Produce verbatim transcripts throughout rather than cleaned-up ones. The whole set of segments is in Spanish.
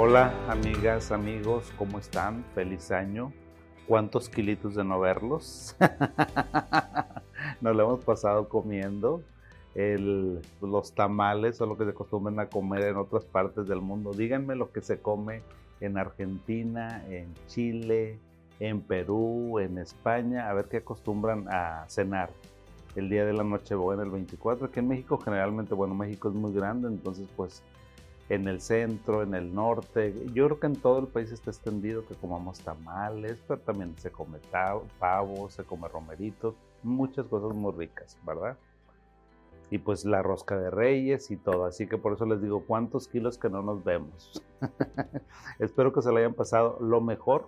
Hola, amigas, amigos, ¿cómo están? Feliz año. ¿Cuántos kilitos de no verlos? Nos lo hemos pasado comiendo el, los tamales o lo que se acostumbran a comer en otras partes del mundo. Díganme lo que se come en Argentina, en Chile, en Perú, en España, a ver qué acostumbran a cenar el día de la Nochebuena, el veinticuatro. Aquí en México generalmente, bueno, México es muy grande, entonces pues en el centro, en el norte, yo creo que en todo el país está extendido que comamos tamales, pero también se come pavo, se come romeritos, muchas cosas muy ricas, ¿verdad? Y pues la rosca de reyes y todo, así que por eso les digo, ¿cuántos kilos que no nos vemos? Espero que se lo hayan pasado lo mejor,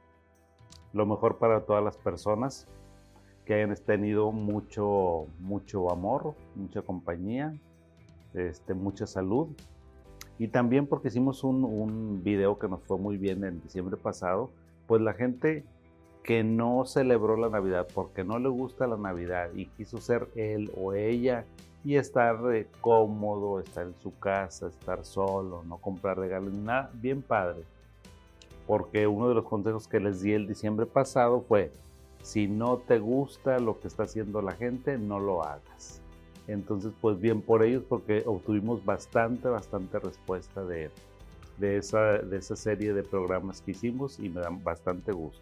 lo mejor para todas las personas, que hayan tenido mucho, mucho amor, mucha compañía, este, mucha salud. Y también porque hicimos un, un video que nos fue muy bien en diciembre pasado, pues la gente que no celebró la Navidad porque no le gusta la Navidad y quiso ser él o ella y estar eh, cómodo, estar en su casa, estar solo, no comprar regalos ni nada, bien padre. Porque uno de los consejos que les di el diciembre pasado fue, si no te gusta lo que está haciendo la gente, no lo hagas. Entonces, pues bien por ellos, porque obtuvimos bastante, bastante respuesta de, de, esa, de esa serie de programas que hicimos y me dan bastante gusto.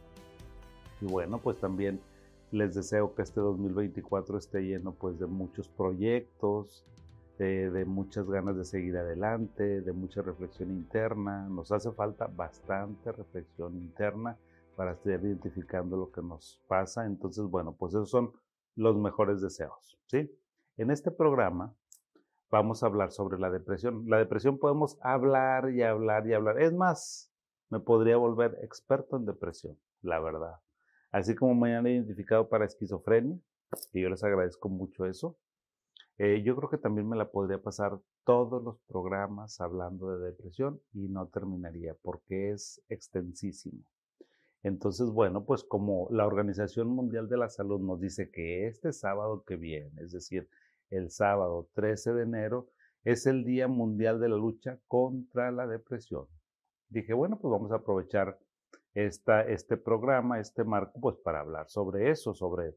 Y bueno, pues también les deseo que este dos mil veinticuatro esté lleno pues de muchos proyectos, de, de muchas ganas de seguir adelante, de mucha reflexión interna. Nos hace falta bastante reflexión interna para estar identificando lo que nos pasa. Entonces, bueno, pues esos son los mejores deseos, ¿sí? En este programa vamos a hablar sobre la depresión. La depresión podemos hablar y hablar y hablar. Es más, me podría volver experto en depresión, la verdad. Así como me han identificado para esquizofrenia, y yo les agradezco mucho eso, eh, yo creo que también me la podría pasar todos los programas hablando de depresión y no terminaría porque es extensísimo. Entonces, bueno, pues como la Organización Mundial de la Salud nos dice que este sábado que viene, es decir, el sábado trece de enero, es el Día Mundial de la Lucha contra la Depresión. Dije, bueno, pues vamos a aprovechar esta, este programa, este marco, pues para hablar sobre eso, sobre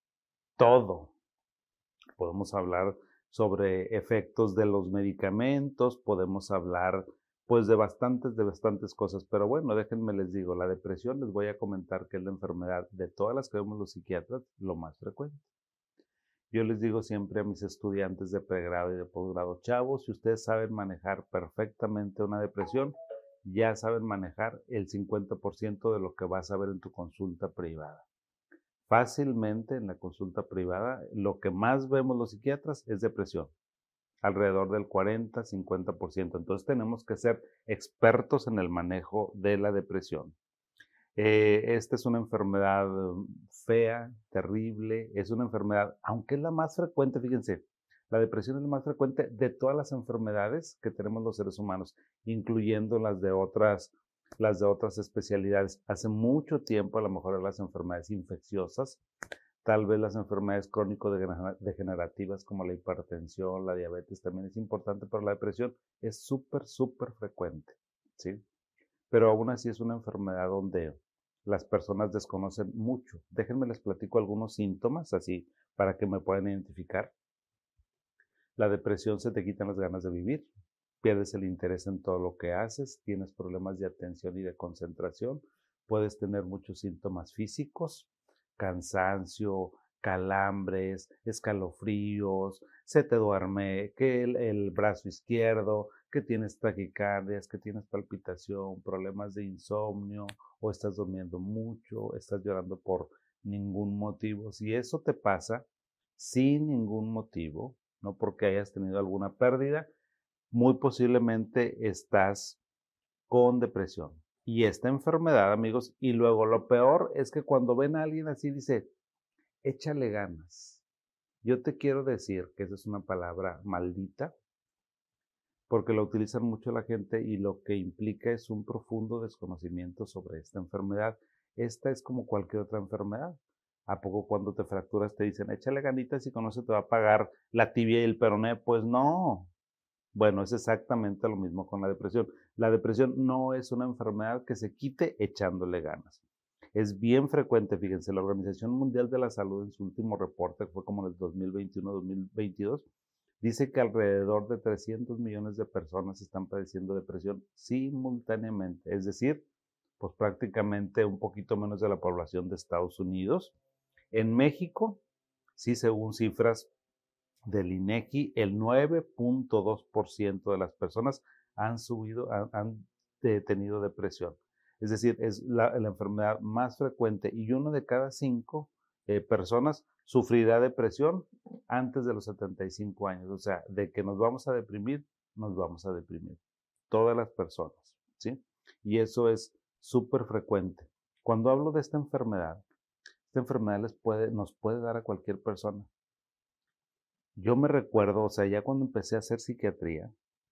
todo. Podemos hablar sobre efectos de los medicamentos, podemos hablar pues de bastantes, de bastantes cosas, pero bueno, déjenme les digo, la depresión les voy a comentar que es la enfermedad de todas las que vemos los psiquiatras, lo más frecuente. Yo les digo siempre a mis estudiantes de pregrado y de posgrado, chavos, si ustedes saben manejar perfectamente una depresión, ya saben manejar el cincuenta por ciento de lo que vas a ver en tu consulta privada. Fácilmente en la consulta privada, lo que más vemos los psiquiatras es depresión, alrededor del cuarenta a cincuenta por ciento. Entonces tenemos que ser expertos en el manejo de la depresión. Eh, esta es una enfermedad fea, terrible, es una enfermedad, aunque es la más frecuente, fíjense, la depresión es la más frecuente de todas las enfermedades que tenemos los seres humanos, incluyendo las de otras, las de otras especialidades. Hace mucho tiempo, a lo mejor las enfermedades infecciosas, tal vez las enfermedades crónico-degenerativas como la hipertensión, la diabetes también es importante, pero la depresión es súper, súper frecuente, ¿sí? Pero aún así es una enfermedad donde las personas desconocen mucho. Déjenme les platico algunos síntomas así para que me puedan identificar. La depresión, se te quitan las ganas de vivir, pierdes el interés en todo lo que haces, tienes problemas de atención y de concentración, puedes tener muchos síntomas físicos, cansancio, calambres, escalofríos, se te duerme, que el, el brazo izquierdo, que tienes taquicardias, que tienes palpitación, problemas de insomnio, o estás durmiendo mucho, estás llorando por ningún motivo. Si eso te pasa sin ningún motivo, no porque hayas tenido alguna pérdida, muy posiblemente estás con depresión. Y esta enfermedad, amigos, y luego lo peor es que cuando ven a alguien así dice, échale ganas. Yo te quiero decir que esa es una palabra maldita, porque lo utilizan mucho la gente y lo que implica es un profundo desconocimiento sobre esta enfermedad. Esta es como cualquier otra enfermedad. ¿A poco cuando te fracturas te dicen, échale ganitas y con eso te va a pagar la tibia y el peroné? Pues no, Bueno, es exactamente lo mismo con la depresión. La depresión no es una enfermedad que se quite echándole ganas. Es bien frecuente, fíjense, la Organización Mundial de la Salud en su último reporte, que fue como en el dos mil veintiuno dos mil veintidós, dice que alrededor de trescientos millones de personas están padeciendo depresión simultáneamente, es decir, pues prácticamente un poquito menos de la población de Estados Unidos. En México, sí, según cifras del INEGI, el nueve punto dos por ciento de las personas han, subido, han, han tenido depresión. Es decir, es la, la enfermedad más frecuente y uno de cada cinco eh, personas sufrirá depresión antes de los setenta y cinco años. O sea, de que nos vamos a deprimir, nos vamos a deprimir. Todas las personas, ¿sí? Y eso es súper frecuente. Cuando hablo de esta enfermedad, esta enfermedad les puede, nos puede dar a cualquier persona. Yo me recuerdo, o sea, ya cuando empecé a hacer psiquiatría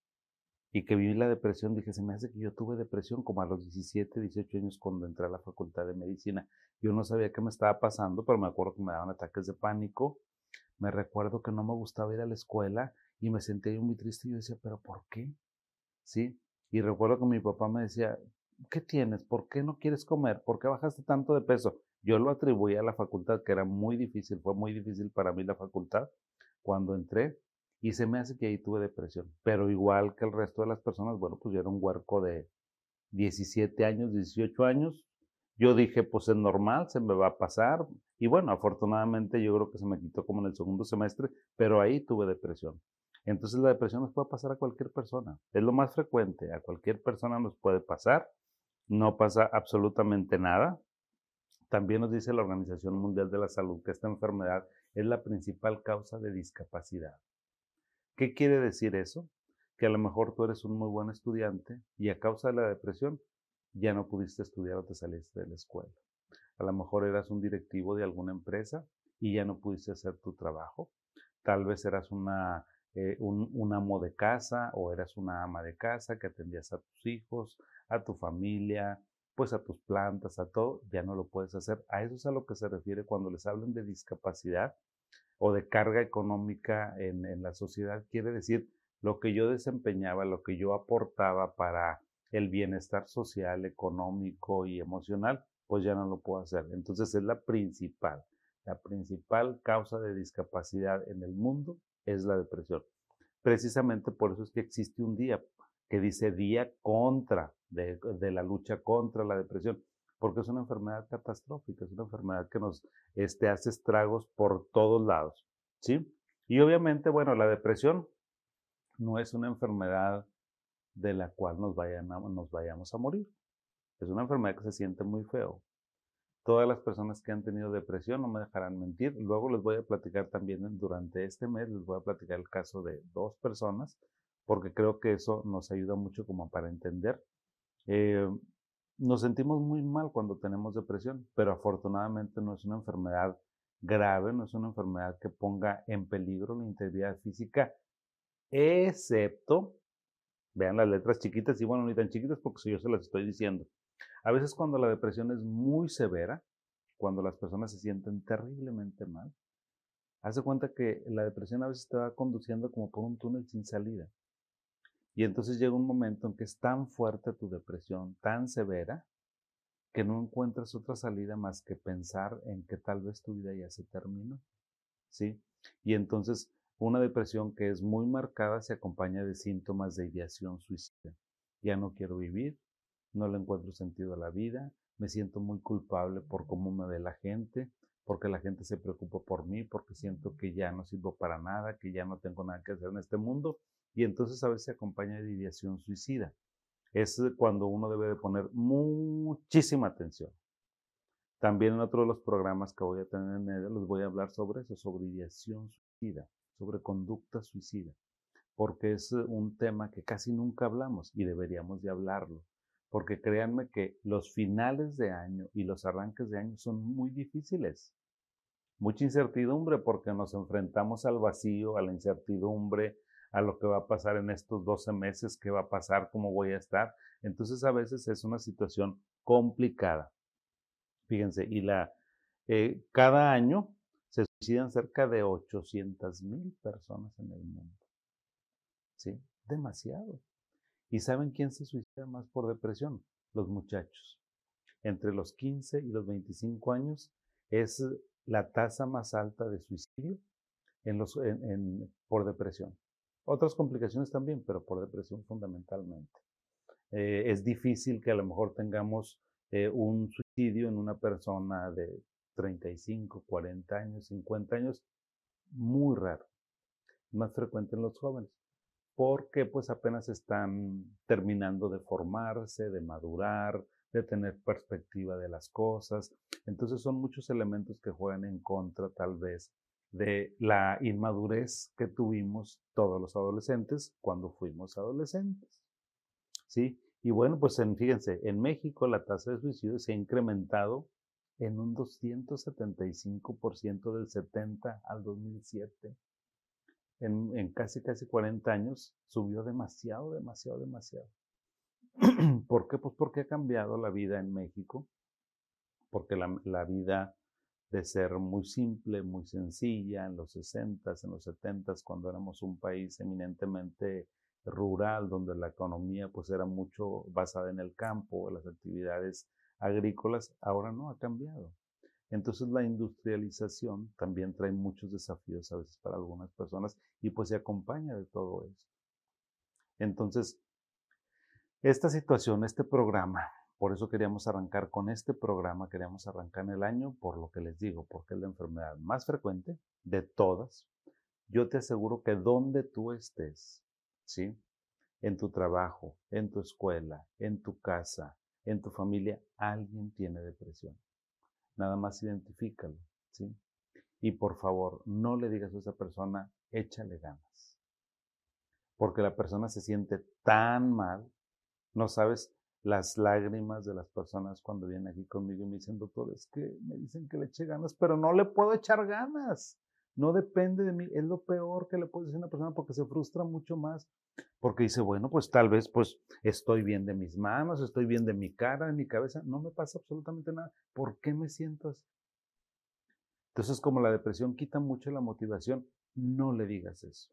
y que viví la depresión, dije, se me hace que yo tuve depresión como a los diecisiete, dieciocho años cuando entré a la facultad de medicina. Yo no sabía qué me estaba pasando, pero me acuerdo que me daban ataques de pánico. Me recuerdo que no me gustaba ir a la escuela y me sentía muy triste y yo decía, ¿pero por qué? ¿Sí? Y recuerdo que mi papá me decía, ¿qué tienes? ¿Por qué no quieres comer? ¿Por qué bajaste tanto de peso? Yo lo atribuía a la facultad, que era muy difícil, fue muy difícil para mí la facultad cuando entré y se me hace que ahí tuve depresión. Pero igual que el resto de las personas, bueno, pues yo era un huerco de diecisiete años, dieciocho años. Yo dije, pues es normal, se me va a pasar. Y bueno, afortunadamente yo creo que se me quitó como en el segundo semestre, pero ahí tuve depresión. Entonces la depresión nos puede pasar a cualquier persona. Es lo más frecuente, a cualquier persona nos puede pasar. No pasa absolutamente nada. También nos dice la Organización Mundial de la Salud que esta enfermedad es la principal causa de discapacidad. ¿Qué quiere decir eso? Que a lo mejor tú eres un muy buen estudiante y a causa de la depresión ya no pudiste estudiar o te saliste de la escuela. A lo mejor eras un directivo de alguna empresa y ya no pudiste hacer tu trabajo. Tal vez eras una, eh, un, un amo de casa o eras una ama de casa que atendías a tus hijos, a tu familia, pues a tus plantas, a todo, ya no lo puedes hacer. A eso es a lo que se refiere cuando les hablan de discapacidad o de carga económica en, en la sociedad. Quiere decir lo que yo desempeñaba, lo que yo aportaba para el bienestar social, económico y emocional, pues ya no lo puedo hacer. Entonces es la principal, la principal causa de discapacidad en el mundo es la depresión. Precisamente por eso es que existe un día que dice Día contra, de, de la lucha contra la depresión, porque es una enfermedad catastrófica, es una enfermedad que nos este, hace estragos por todos lados, ¿sí? Y obviamente, bueno, la depresión no es una enfermedad de la cual nos, vayan a, nos vayamos a morir. Es una enfermedad que se siente muy feo. Todas las personas que han tenido depresión no me dejarán mentir. Luego les voy a platicar también durante este mes, les voy a platicar el caso de dos personas, porque creo que eso nos ayuda mucho como para entender. Eh, nos sentimos muy mal cuando tenemos depresión, pero afortunadamente no es una enfermedad grave, no es una enfermedad que ponga en peligro la integridad física, excepto, vean las letras chiquitas y bueno, ni tan chiquitas porque yo se las estoy diciendo. A veces cuando la depresión es muy severa, cuando las personas se sienten terriblemente mal, haz de cuenta que la depresión a veces te va conduciendo como por un túnel sin salida. Y entonces llega un momento en que es tan fuerte tu depresión, tan severa, que no encuentras otra salida más que pensar en que tal vez tu vida ya se terminó, ¿sí? Y entonces una depresión que es muy marcada se acompaña de síntomas de ideación suicida. Ya no quiero vivir, no le encuentro sentido a la vida, me siento muy culpable por cómo me ve la gente, porque la gente se preocupa por mí, porque siento que ya no sirvo para nada, que ya no tengo nada que hacer en este mundo, y entonces a veces se acompaña de ideación suicida. Es cuando uno debe de poner muchísima atención. También en otro de los programas que voy a tener en medio les voy a hablar sobre eso, sobre ideación suicida, sobre conducta suicida, porque es un tema que casi nunca hablamos y deberíamos de hablarlo, porque créanme que los finales de año y los arranques de año son muy difíciles. Mucha incertidumbre porque nos enfrentamos al vacío, a la incertidumbre, a lo que va a pasar en estos doce meses, qué va a pasar, cómo voy a estar. Entonces a veces es una situación complicada. Fíjense, y la, eh, cada año se suicidan cerca de ochocientas mil personas en el mundo, ¿sí? demasiado. ¿Y saben quién se suicida más por depresión? Los muchachos. Entre los quince y los veinticinco años es la tasa más alta de suicidio en los, en, en, por depresión. Otras complicaciones también, pero por depresión fundamentalmente. Eh, es difícil que a lo mejor tengamos eh, un suicidio en una persona de treinta y cinco, cuarenta años, cincuenta años, muy raro, más frecuente en los jóvenes, porque pues apenas están terminando de formarse, de madurar, de tener perspectiva de las cosas. Entonces son muchos elementos que juegan en contra tal vez de la inmadurez que tuvimos todos los adolescentes cuando fuimos adolescentes, ¿sí? Y bueno, pues en, fíjense, en México la tasa de suicidio se ha incrementado en un doscientos setenta y cinco por ciento del setenta al dos mil siete. En, en casi, casi cuarenta años subió demasiado, demasiado, demasiado. ¿Por qué? Pues porque ha cambiado la vida en México, porque la, la vida de ser muy simple, muy sencilla, en los sesentas, en los setentas, cuando éramos un país eminentemente rural, donde la economía pues era mucho basada en el campo, las actividades agrícolas, ahora no, ha cambiado. Entonces la industrialización también trae muchos desafíos a veces para algunas personas y pues se acompaña de todo eso. Entonces, esta situación, este programa, por eso queríamos arrancar con este programa, queríamos arrancar en el año, por lo que les digo, porque es la enfermedad más frecuente de todas. Yo te aseguro que donde tú estés, ¿sí? En tu trabajo, en tu escuela, en tu casa, en tu familia, alguien tiene depresión. Nada más identifícalo, ¿sí? Y por favor, no le digas a esa persona, échale ganas. Porque la persona se siente tan mal, no sabes las lágrimas de las personas cuando vienen aquí conmigo y me dicen, doctor, es que me dicen que le eche ganas, pero no le puedo echar ganas. No depende de mí, es lo peor que le puede decir a una persona porque se frustra mucho más. Porque dice, bueno, pues tal vez pues estoy bien de mis manos, estoy bien de mi cara, de mi cabeza, no me pasa absolutamente nada. ¿Por qué me siento así? Entonces, como la depresión quita mucho la motivación, no le digas eso.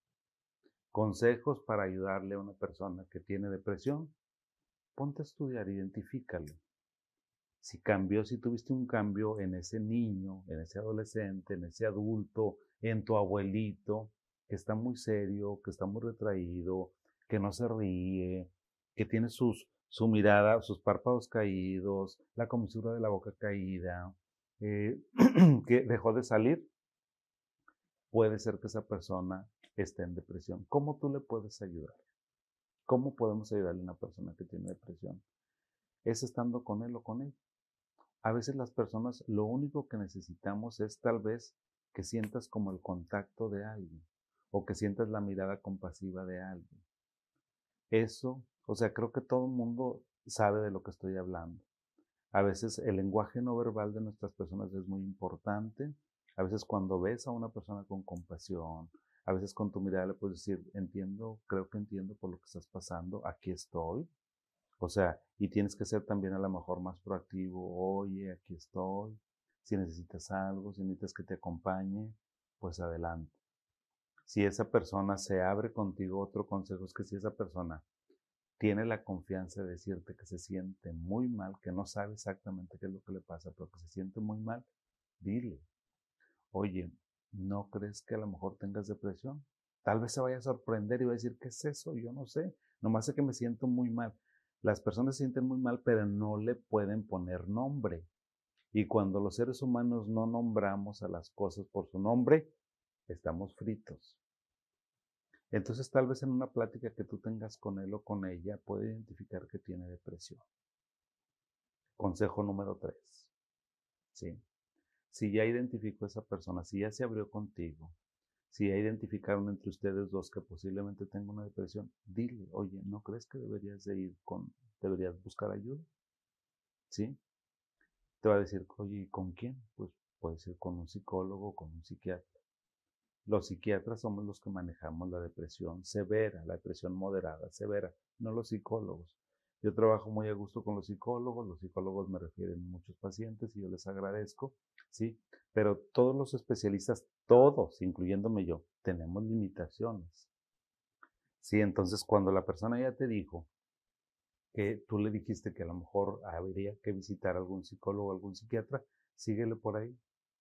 Consejos para ayudarle a una persona que tiene depresión. Ponte a estudiar, identifícalo. Si cambió, si tuviste un cambio en ese niño, en ese adolescente, en ese adulto, en tu abuelito, que está muy serio, que está muy retraído, que no se ríe, que tiene sus, su mirada, sus párpados caídos, la comisura de la boca caída, eh, que dejó de salir, puede ser que esa persona esté en depresión. ¿Cómo tú le puedes ayudar? ¿Cómo podemos ayudarle a una persona que tiene depresión? Es estando con él o con ella. A veces las personas lo único que necesitamos es tal vez que sientas como el contacto de alguien o que sientas la mirada compasiva de alguien. Eso, o sea, creo que todo el mundo sabe de lo que estoy hablando. A veces el lenguaje no verbal de nuestras personas es muy importante. A veces cuando ves a una persona con compasión, a veces con tu mirada le puedes decir, entiendo, creo que entiendo por lo que estás pasando, aquí estoy. O sea, y tienes que ser también a lo mejor más proactivo, oye, aquí estoy, si necesitas algo, si necesitas que te acompañe, pues adelante. Si esa persona se abre contigo, otro consejo es que si esa persona tiene la confianza de decirte que se siente muy mal, que no sabe exactamente qué es lo que le pasa, pero que se siente muy mal, dile, oye, ¿no crees que a lo mejor tengas depresión? Tal vez se vaya a sorprender y va a decir, ¿qué es eso? Yo no sé, nomás sé que me siento muy mal. Las personas se sienten muy mal, pero no le pueden poner nombre. Y cuando los seres humanos no nombramos a las cosas por su nombre, estamos fritos. Entonces, tal vez en una plática que tú tengas con él o con ella, puede identificar que tiene depresión. Consejo número tres. ¿Sí? Si ya identificó a esa persona, si ya se abrió contigo, si ya identificaron entre ustedes dos que posiblemente tenga una depresión, dile, oye, ¿no crees que deberías de ir con, deberías buscar ayuda? ¿Sí? Te va a decir, oye, ¿con quién? Pues puedes ir con un psicólogo o con un psiquiatra. Los psiquiatras somos los que manejamos la depresión severa, la depresión moderada, severa, no los psicólogos. Yo trabajo muy a gusto con los psicólogos, los psicólogos me refieren muchos pacientes y yo les agradezco, ¿sí? Pero todos los especialistas, todos, incluyéndome yo, tenemos limitaciones. Sí, entonces cuando la persona ya te dijo que tú le dijiste que a lo mejor habría que visitar a algún psicólogo o algún psiquiatra, síguele por ahí.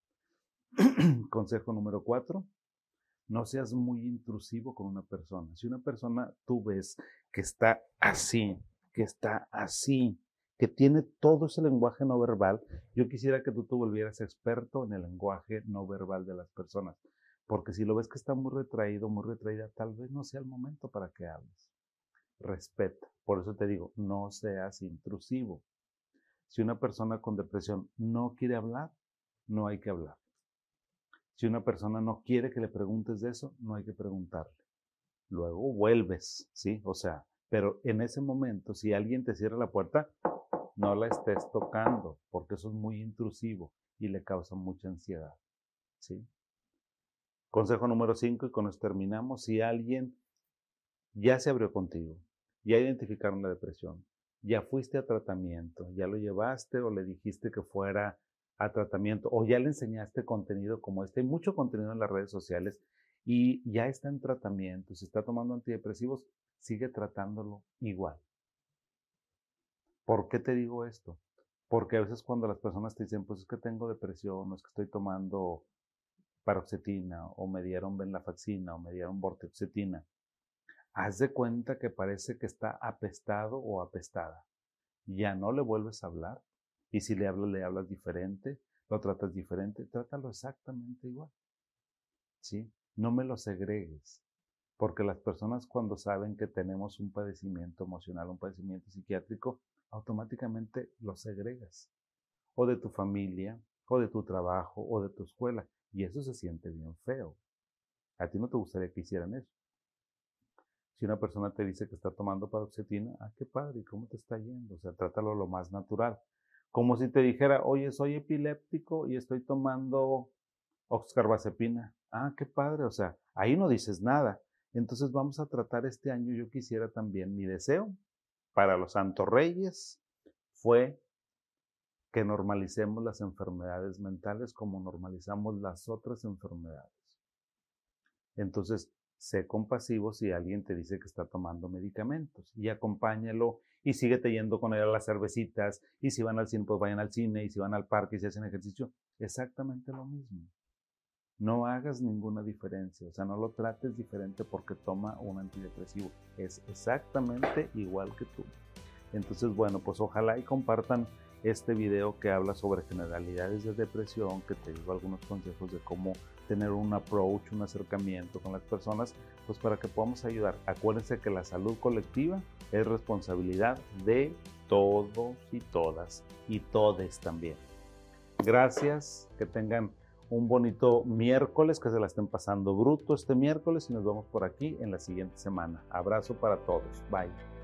Consejo número cuatro, no seas muy intrusivo con una persona. Si una persona tú ves que está así, que está así, que tiene todo ese lenguaje no verbal, yo quisiera que tú te volvieras experto en el lenguaje no verbal de las personas. Porque si lo ves que está muy retraído, muy retraída, tal vez no sea el momento para que hables. Respeta. Por eso te digo, no seas intrusivo. Si una persona con depresión no quiere hablar, no hay que hablar. Si una persona no quiere que le preguntes de eso, no hay que preguntarle. Luego vuelves, ¿sí? O sea, pero en ese momento, si alguien te cierra la puerta, no la estés tocando, porque eso es muy intrusivo y le causa mucha ansiedad, ¿sí? Consejo número cinco, y con esto terminamos. Si alguien ya se abrió contigo, ya identificaron la depresión, ya fuiste a tratamiento, ya lo llevaste o le dijiste que fuera a tratamiento o ya le enseñaste contenido como este, hay mucho contenido en las redes sociales y ya está en tratamiento, si está tomando antidepresivos, sigue tratándolo igual. ¿Por qué te digo esto? Porque a veces cuando las personas te dicen, pues es que tengo depresión, o es que estoy tomando paroxetina, o me dieron venlafaxina, o me dieron vortioxetina, haz de cuenta que parece que está apestado o apestada. Ya no le vuelves a hablar. Y si le hablas, le hablas diferente, lo tratas diferente, trátalo exactamente igual. ¿Sí? No me lo segregues. Porque las personas cuando saben que tenemos un padecimiento emocional, un padecimiento psiquiátrico, automáticamente lo segregas. O de tu familia, o de tu trabajo, o de tu escuela. Y eso se siente bien feo. A ti no te gustaría que hicieran eso. Si una persona te dice que está tomando paroxetina, ah, qué padre, ¿y cómo te está yendo? O sea, trátalo lo más natural. Como si te dijera, oye, soy epiléptico y estoy tomando oxcarbazepina. Ah, qué padre, o sea, ahí no dices nada. Entonces vamos a tratar este año, yo quisiera también, mi deseo para los Santos Reyes fue que normalicemos las enfermedades mentales como normalizamos las otras enfermedades. Entonces, sé compasivo si alguien te dice que está tomando medicamentos y acompáñalo y síguete yendo con él a las cervecitas y si van al cine, pues vayan al cine y si van al parque y se hacen ejercicio, exactamente lo mismo. No hagas ninguna diferencia, o sea, no lo trates diferente porque toma un antidepresivo, es exactamente igual que tú. Entonces, bueno, pues ojalá y compartan este video que habla sobre generalidades de depresión, que te digo algunos consejos de cómo tener un approach, un acercamiento con las personas, pues para que podamos ayudar. Acuérdense que la salud colectiva es responsabilidad de todos y todas, y todes también. Gracias, que tengan un bonito miércoles, que se la estén pasando bruto este miércoles y nos vemos por aquí en la siguiente semana. Abrazo para todos, bye.